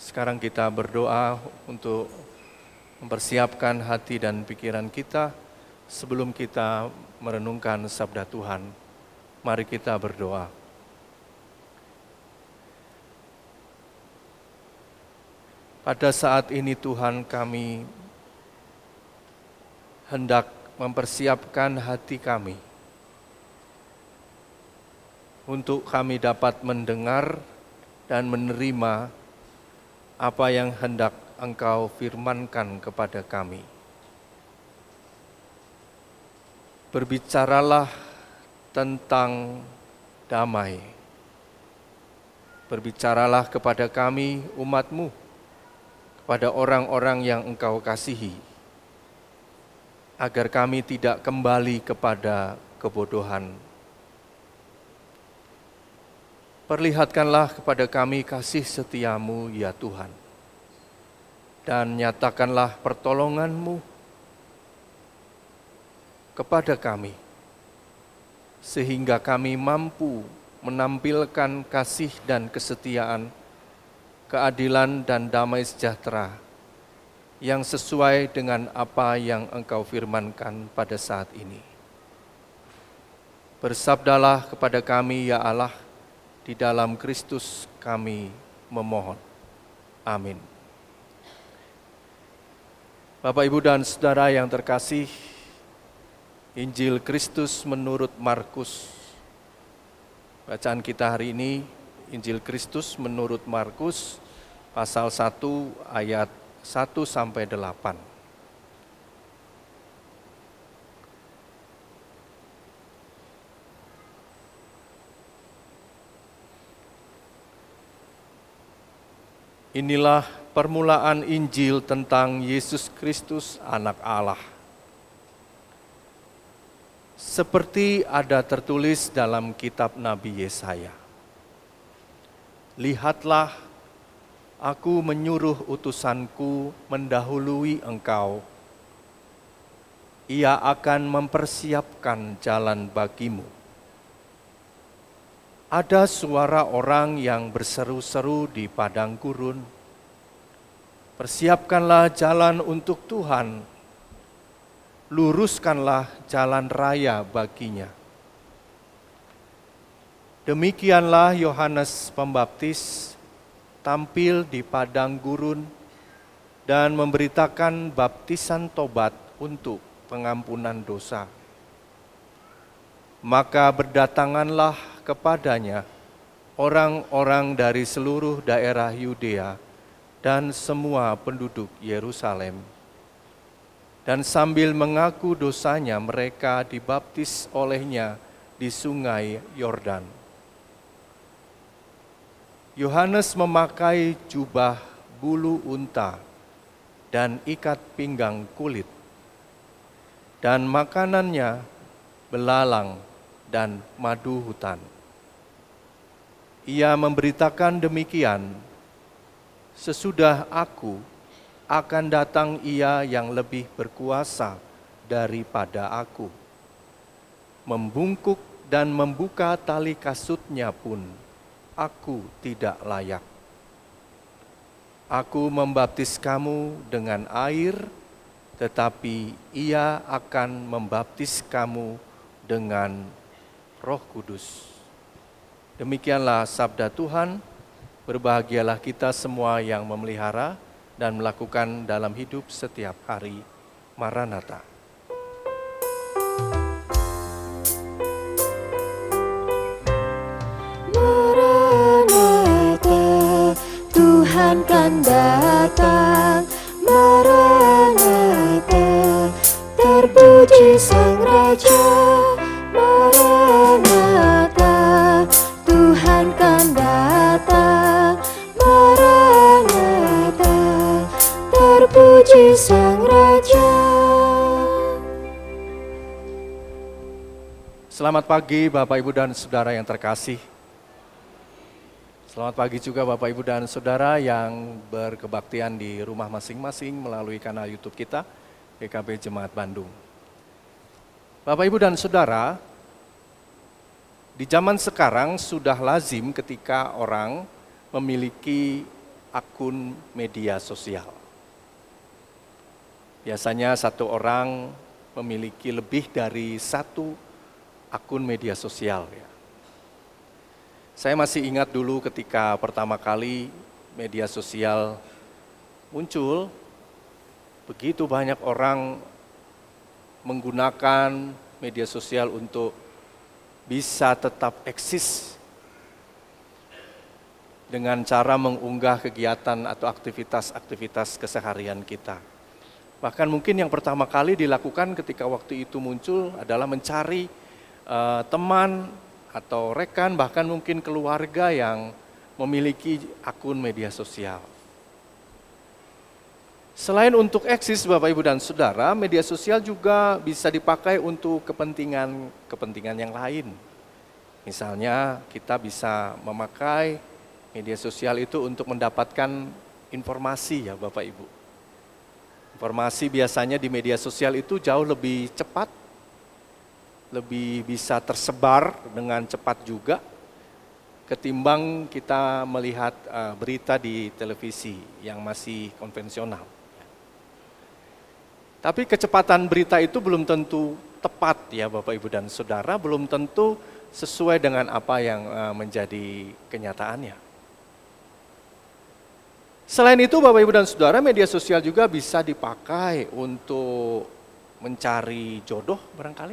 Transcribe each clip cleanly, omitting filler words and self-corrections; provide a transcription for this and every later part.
Sekarang kita berdoa untuk mempersiapkan hati dan pikiran kita sebelum kita merenungkan sabda Tuhan. Mari kita berdoa. Pada saat ini Tuhan, kami hendak mempersiapkan hati kami untuk kami dapat mendengar dan menerima apa yang hendak Engkau firmankan kepada kami. Berbicaralah tentang damai. Berbicaralah kepada kami, umat-Mu, kepada orang-orang yang Engkau kasihi, agar kami tidak kembali kepada kebodohan. Perlihatkanlah kepada kami kasih setia-Mu, ya Tuhan, dan nyatakanlah pertolongan-Mu kepada kami, sehingga kami mampu menampilkan kasih dan kesetiaan, keadilan dan damai sejahtera yang sesuai dengan apa yang Engkau firmankan pada saat ini. Bersabdalah kepada kami, ya Allah, di dalam Kristus kami memohon. Amin. Bapak, Ibu, dan Saudara yang terkasih, Injil Kristus menurut Markus. Bacaan kita hari ini, Injil Kristus menurut Markus, pasal 1 ayat 1-8. Inilah permulaan Injil tentang Yesus Kristus, Anak Allah. Seperti ada tertulis dalam kitab Nabi Yesaya. Lihatlah, aku menyuruh utusanku mendahului engkau. Ia akan mempersiapkan jalan bagimu. Ada suara orang yang berseru-seru di padang gurun. Persiapkanlah jalan untuk Tuhan. Luruskanlah jalan raya baginya. Demikianlah Yohanes Pembaptis tampil di padang gurun dan memberitakan baptisan tobat untuk pengampunan dosa. Maka berdatanganlah kepadanya orang-orang dari seluruh daerah Yudea dan semua penduduk Yerusalem. Dan sambil mengaku dosanya, mereka dibaptis olehnya di sungai Yordan. Yohanes memakai jubah bulu unta dan ikat pinggang kulit, dan makanannya belalang dan madu hutan. Ia memberitakan demikian, sesudah aku akan datang Ia yang lebih berkuasa daripada aku. Membungkuk dan membuka tali kasutnya pun aku tidak layak. Aku membaptis kamu dengan air, tetapi Ia akan membaptis kamu dengan Roh Kudus. Demikianlah sabda Tuhan. Berbahagialah kita semua yang memelihara dan melakukan dalam hidup setiap hari. Maranatha. Maranatha, Tuhan kan datang. Maranatha, terpuji Sang Raja. Maranatha, Tuhan kan datang. Maranatha, terpuji Sang Raja. Selamat pagi Bapak, Ibu, dan Saudara yang terkasih. Selamat pagi juga Bapak, Ibu, dan Saudara yang berkebaktian di rumah masing-masing melalui kanal YouTube kita, GKB Jemaat Bandung. Bapak, Ibu, dan Saudara, di zaman sekarang sudah lazim ketika orang memiliki akun media sosial. Biasanya satu orang memiliki lebih dari satu akun media sosial. Ya. Saya masih ingat dulu ketika pertama kali media sosial muncul, begitu banyak orang menggunakan media sosial untuk bisa tetap eksis dengan cara mengunggah kegiatan atau aktivitas-aktivitas keseharian kita. Bahkan mungkin yang pertama kali dilakukan ketika waktu itu muncul adalah mencari teman atau rekan, bahkan mungkin keluarga yang memiliki akun media sosial. Selain untuk eksis Bapak Ibu dan Saudara, media sosial juga bisa dipakai untuk kepentingan yang lain. Misalnya kita bisa memakai media sosial itu untuk mendapatkan informasi ya Bapak Ibu. Informasi biasanya di media sosial itu jauh lebih cepat, lebih bisa tersebar dengan cepat juga ketimbang kita melihat berita di televisi yang masih konvensional. Tapi kecepatan berita itu belum tentu tepat ya Bapak Ibu dan Saudara, belum tentu sesuai dengan apa yang menjadi kenyataannya. Selain itu Bapak Ibu dan Saudara, media sosial juga bisa dipakai untuk mencari jodoh barangkali,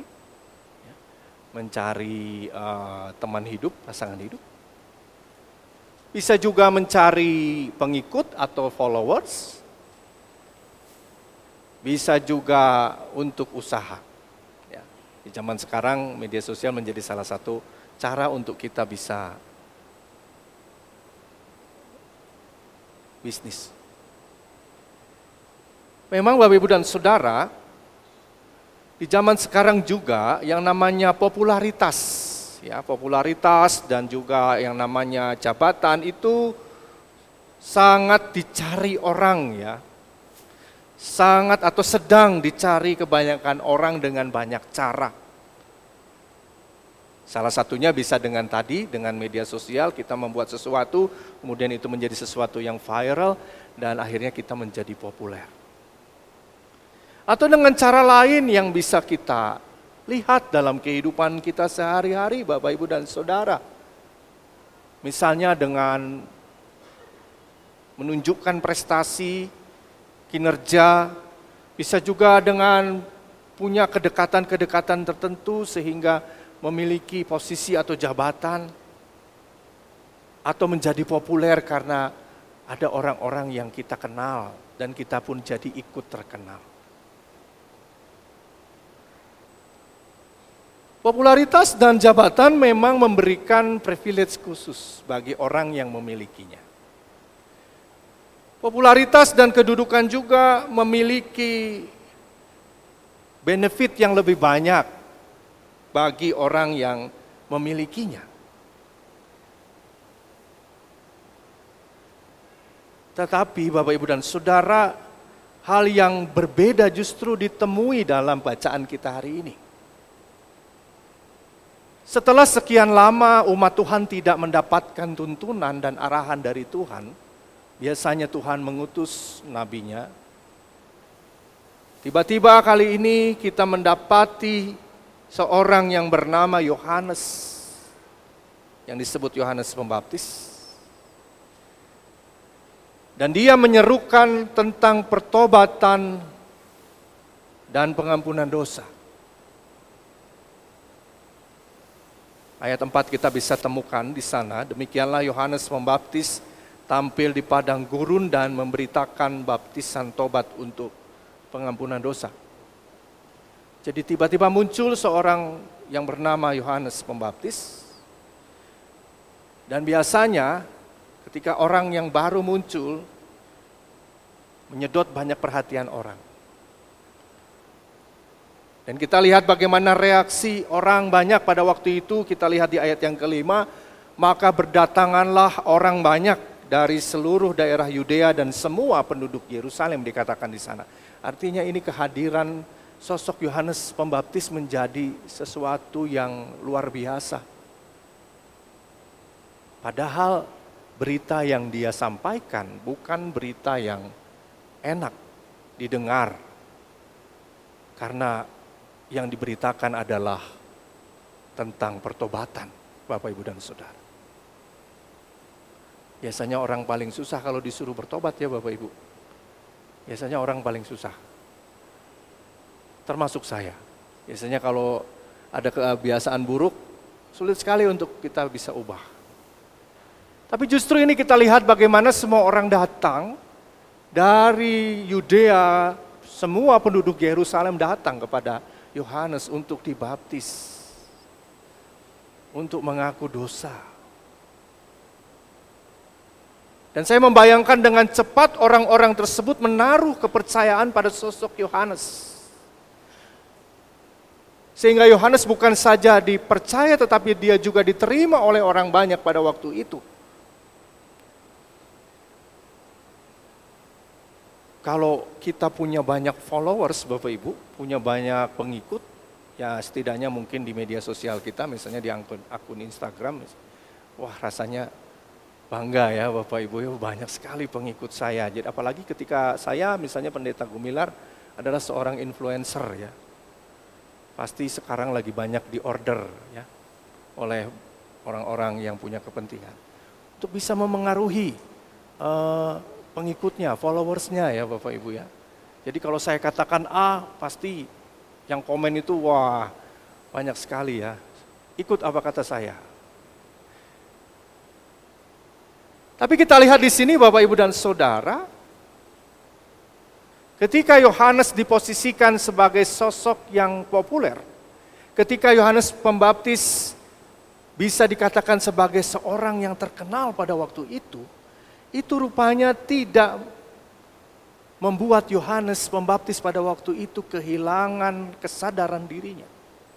mencari teman hidup, pasangan hidup. Bisa juga mencari pengikut atau followers, bisa juga untuk usaha. Ya, di zaman sekarang media sosial menjadi salah satu cara untuk kita bisa bisnis. Memang Bapak Ibu dan Saudara, di zaman sekarang juga yang namanya popularitas, ya popularitas dan juga yang namanya jabatan itu sangat dicari orang ya. Sangat atau sedang dicari kebanyakan orang dengan banyak cara. Salah satunya bisa dengan media sosial kita membuat sesuatu, kemudian itu menjadi sesuatu yang viral dan akhirnya kita menjadi populer. Atau dengan cara lain yang bisa kita lihat dalam kehidupan kita sehari-hari Bapak Ibu dan Saudara. Misalnya dengan menunjukkan prestasi, kinerja, bisa juga dengan punya kedekatan-kedekatan tertentu sehingga memiliki posisi atau jabatan, atau menjadi populer karena ada orang-orang yang kita kenal dan kita pun jadi ikut terkenal. Popularitas dan jabatan memang memberikan privilege khusus bagi orang yang memilikinya. Popularitas dan kedudukan juga memiliki benefit yang lebih banyak bagi orang yang memilikinya. Tetapi Bapak Ibu dan Saudara, hal yang berbeda justru ditemui dalam bacaan kita hari ini. Setelah sekian lama umat Tuhan tidak mendapatkan tuntunan dan arahan dari Tuhan, biasanya Tuhan mengutus nabinya. Tiba-tiba kali ini kita mendapati seorang yang bernama Yohanes, yang disebut Yohanes Pembaptis. Dan dia menyerukan tentang pertobatan dan pengampunan dosa. Ayat 4 kita bisa temukan di sana, demikianlah Yohanes Pembaptis tampil di padang gurun dan memberitakan baptisan tobat untuk pengampunan dosa. Jadi tiba-tiba muncul seorang yang bernama Yohanes Pembaptis. Dan biasanya ketika orang yang baru muncul menyedot banyak perhatian orang. Dan kita lihat bagaimana reaksi orang banyak pada waktu itu, kita lihat di ayat yang kelima, maka berdatanganlah orang banyak dari seluruh daerah Yudea dan semua penduduk Yerusalem dikatakan di sana. Artinya ini kehadiran sosok Yohanes Pembaptis menjadi sesuatu yang luar biasa. Padahal berita yang dia sampaikan bukan berita yang enak didengar. Karena yang diberitakan adalah tentang pertobatan, Bapak Ibu dan Saudara. Biasanya orang paling susah kalau disuruh bertobat ya Bapak Ibu. Biasanya orang paling susah. Termasuk saya. Biasanya kalau ada kebiasaan buruk, sulit sekali untuk kita bisa ubah. Tapi justru ini kita lihat bagaimana semua orang datang dari Yudea, semua penduduk Yerusalem datang kepada Yohanes untuk dibaptis, untuk mengaku dosa. Dan saya membayangkan dengan cepat orang-orang tersebut menaruh kepercayaan pada sosok Yohanes. Sehingga Yohanes bukan saja dipercaya tetapi dia juga diterima oleh orang banyak pada waktu itu. Kalau kita punya banyak followers Bapak Ibu, punya banyak pengikut, ya setidaknya mungkin di media sosial kita, misalnya di akun Instagram, wah rasanya bangga ya Bapak Ibu, ya banyak sekali pengikut saya. Jadi apalagi ketika saya misalnya Pendeta Gumilar adalah seorang influencer ya, pasti sekarang lagi banyak diorder ya oleh orang-orang yang punya kepentingan untuk bisa memengaruhi pengikutnya, followersnya ya Bapak Ibu ya. Jadi kalau saya katakan A, pasti yang komen itu wah banyak sekali ya. Ikut apa kata saya. Tapi kita lihat di sini Bapak Ibu dan Saudara, ketika Yohanes diposisikan sebagai sosok yang populer, ketika Yohanes Pembaptis bisa dikatakan sebagai seorang yang terkenal pada waktu itu rupanya tidak membuat Yohanes Pembaptis pada waktu itu kehilangan kesadaran dirinya.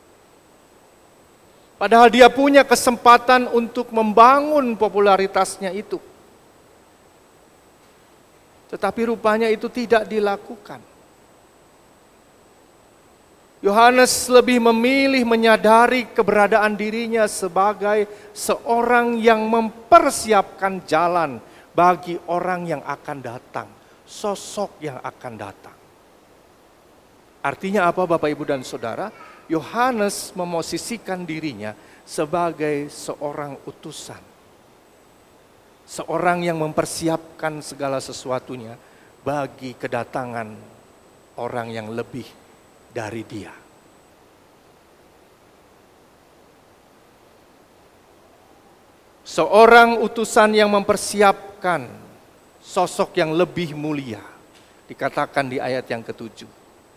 Padahal dia punya kesempatan untuk membangun popularitasnya itu. Tetapi rupanya itu tidak dilakukan. Yohanes lebih memilih menyadari keberadaan dirinya sebagai seorang yang mempersiapkan jalan bagi orang yang akan datang, sosok yang akan datang. Artinya apa Bapak Ibu dan Saudara? Yohanes memosisikan dirinya sebagai seorang utusan. Seorang yang mempersiapkan segala sesuatunya bagi kedatangan orang yang lebih dari dia. Seorang utusan yang mempersiapkan sosok yang lebih mulia. Dikatakan di ayat yang ke-7.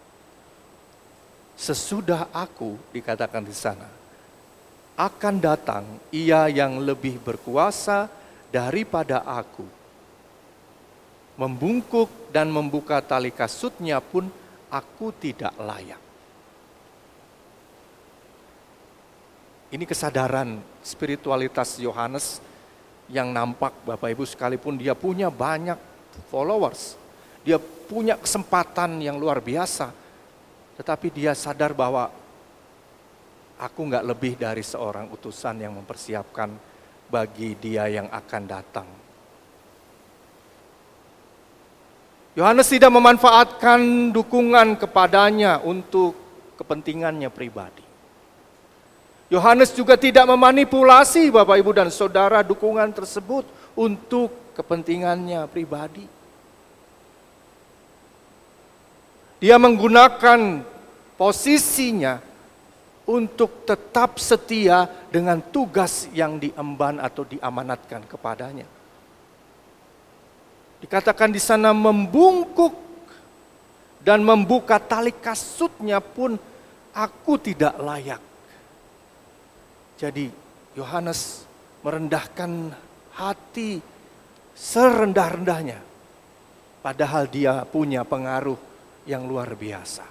Sesudah aku, dikatakan di sana, akan datang ia yang lebih berkuasa daripada aku. Membungkuk dan membuka tali kasutnya pun aku tidak layak. Ini kesadaran spiritualitas Yohanes yang nampak Bapak Ibu sekalipun dia punya banyak followers. Dia punya kesempatan yang luar biasa. Tetapi dia sadar bahwa aku gak lebih dari seorang utusan yang mempersiapkan bagi dia yang akan datang. Yohanes tidak memanfaatkan dukungan kepadanya untuk kepentingannya pribadi. Yohanes juga tidak memanipulasi Bapak Ibu dan Saudara dukungan tersebut untuk kepentingannya pribadi. Dia menggunakan posisinya untuk tetap setia dengan tugas yang diemban atau diamanatkan kepadanya. Dikatakan di sana membungkuk dan membuka tali kasutnya pun aku tidak layak. Jadi Yohanes merendahkan hati serendah-rendahnya. Padahal dia punya pengaruh yang luar biasa.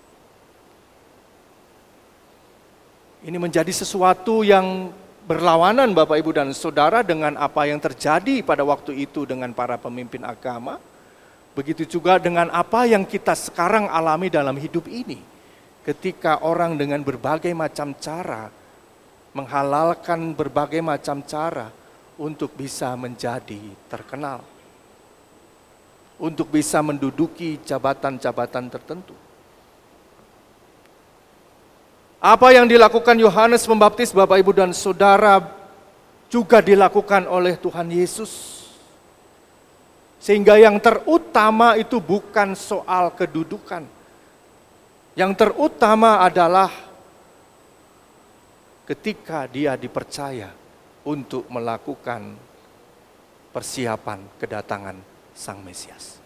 Ini menjadi sesuatu yang berlawanan Bapak Ibu dan Saudara dengan apa yang terjadi pada waktu itu dengan para pemimpin agama. Begitu juga dengan apa yang kita sekarang alami dalam hidup ini. Ketika orang dengan berbagai macam cara menghalalkan berbagai macam cara untuk bisa menjadi terkenal, untuk bisa menduduki jabatan-jabatan tertentu. Apa yang dilakukan Yohanes Pembaptis, Bapak, Ibu, dan Saudara, juga dilakukan oleh Tuhan Yesus. Sehingga yang terutama itu bukan soal kedudukan. Yang terutama adalah ketika dia dipercaya untuk melakukan persiapan kedatangan Sang Mesias.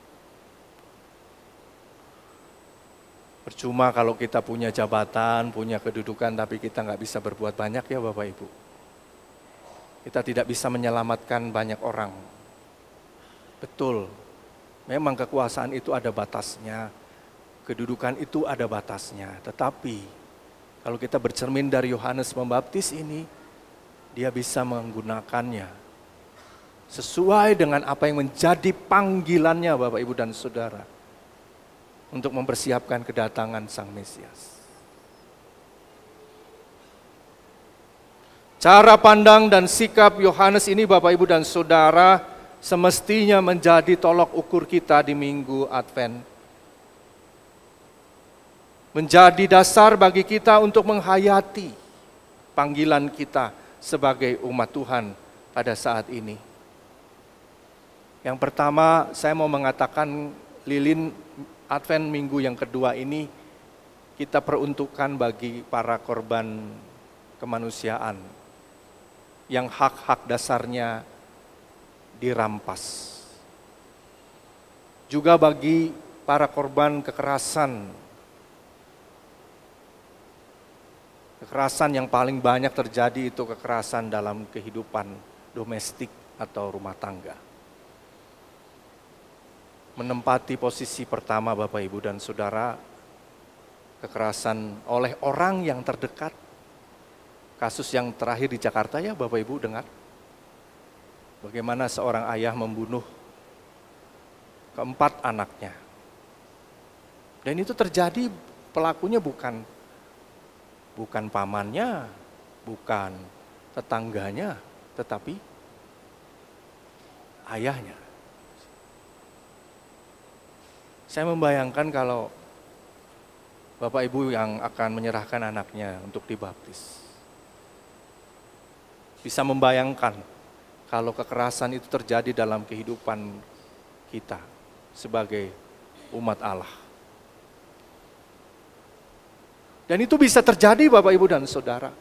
Percuma kalau kita punya jabatan, punya kedudukan, tapi kita nggak bisa berbuat banyak ya Bapak Ibu. Kita tidak bisa menyelamatkan banyak orang. Betul, memang kekuasaan itu ada batasnya, kedudukan itu ada batasnya. Tetapi kalau kita bercermin dari Yohanes Pembaptis ini, dia bisa menggunakannya sesuai dengan apa yang menjadi panggilannya Bapak, Ibu, dan Saudara, untuk mempersiapkan kedatangan Sang Mesias. Cara pandang dan sikap Yohanes ini Bapak, Ibu, dan Saudara semestinya menjadi tolok ukur kita di Minggu Advent. Menjadi dasar bagi kita untuk menghayati panggilan kita sebagai umat Tuhan pada saat ini. Yang pertama, saya mau mengatakan lilin Advent minggu yang kedua ini kita peruntukkan bagi para korban kemanusiaan yang hak-hak dasarnya dirampas. Juga bagi para korban kekerasan. Kekerasan yang paling banyak terjadi itu kekerasan dalam kehidupan domestik atau rumah tangga. Menempati posisi pertama Bapak, Ibu, dan Saudara, kekerasan oleh orang yang terdekat. Kasus yang terakhir di Jakarta ya Bapak, Ibu, dengar. Bagaimana seorang ayah membunuh keempat anaknya. Dan itu terjadi, pelakunya bukan pamannya, bukan tetangganya, tetapi ayahnya. Saya membayangkan kalau Bapak Ibu yang akan menyerahkan anaknya untuk dibaptis, bisa membayangkan kalau kekerasan itu terjadi dalam kehidupan kita sebagai umat Allah. Dan itu bisa terjadi Bapak, Ibu, dan Saudara.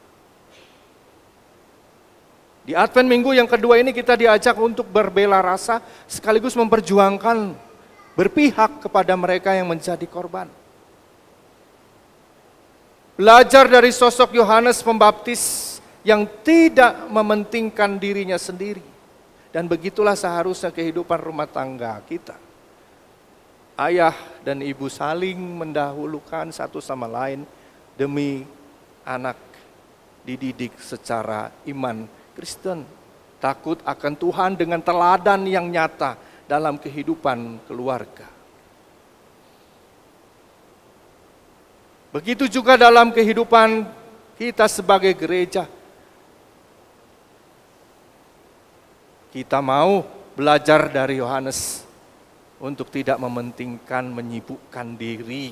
Di Advent minggu yang kedua ini kita diajak untuk berbela rasa sekaligus memperjuangkan berpihak kepada mereka yang menjadi korban. Belajar dari sosok Yohanes Pembaptis yang tidak mementingkan dirinya sendiri. Dan begitulah seharusnya kehidupan rumah tangga kita. Ayah dan ibu saling mendahulukan satu sama lain demi anak dididik secara iman Kristen. Takut akan Tuhan dengan teladan yang nyata dalam kehidupan keluarga. Begitu juga dalam kehidupan kita sebagai gereja. Kita mau belajar dari Yohanes untuk tidak mementingkan, menyibukkan diri,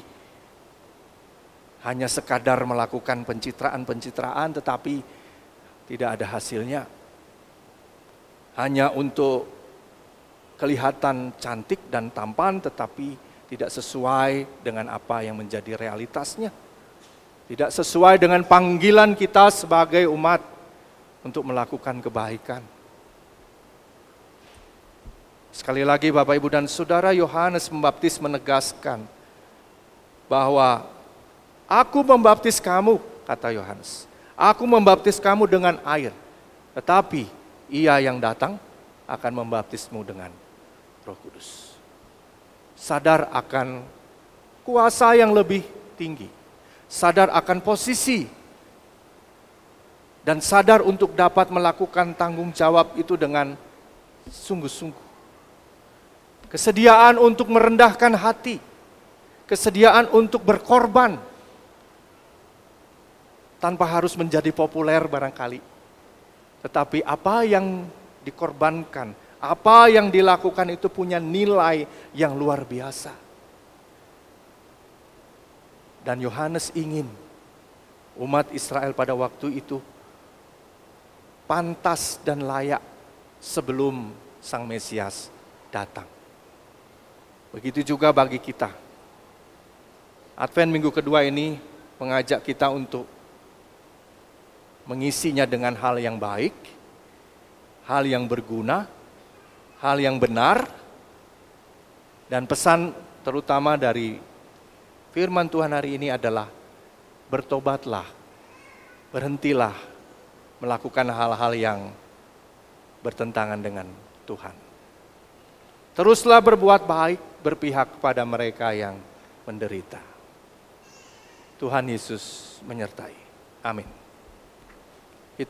hanya sekadar melakukan pencitraan-pencitraan tetapi tidak ada hasilnya. Hanya untuk kelihatan cantik dan tampan tetapi tidak sesuai dengan apa yang menjadi realitasnya. Tidak sesuai dengan panggilan kita sebagai umat untuk melakukan kebaikan. Sekali lagi Bapak, Ibu, dan Saudara, Yohanes Pembaptis menegaskan bahwa aku membaptis kamu, kata Yohanes. Aku membaptis kamu dengan air, tetapi Ia yang datang akan membaptismu dengan Roh Kudus. Sadar akan kuasa yang lebih tinggi, sadar akan posisi, dan sadar untuk dapat melakukan tanggung jawab itu dengan sungguh-sungguh. Kesediaan untuk merendahkan hati, kesediaan untuk berkorban, tanpa harus menjadi populer barangkali, Tetapi apa yang dikorbankan, apa yang dilakukan itu punya nilai yang luar biasa. Dan Yohanes ingin umat Israel pada waktu itu pantas dan layak sebelum Sang Mesias datang. Begitu juga bagi kita. Advent minggu kedua ini mengajak kita untuk mengisinya dengan hal yang baik, hal yang berguna, hal yang benar, dan pesan terutama dari firman Tuhan hari ini adalah bertobatlah, berhentilah melakukan hal-hal yang bertentangan dengan Tuhan. Teruslah berbuat baik, berpihak kepada mereka yang menderita. Tuhan Yesus menyertai. Amin.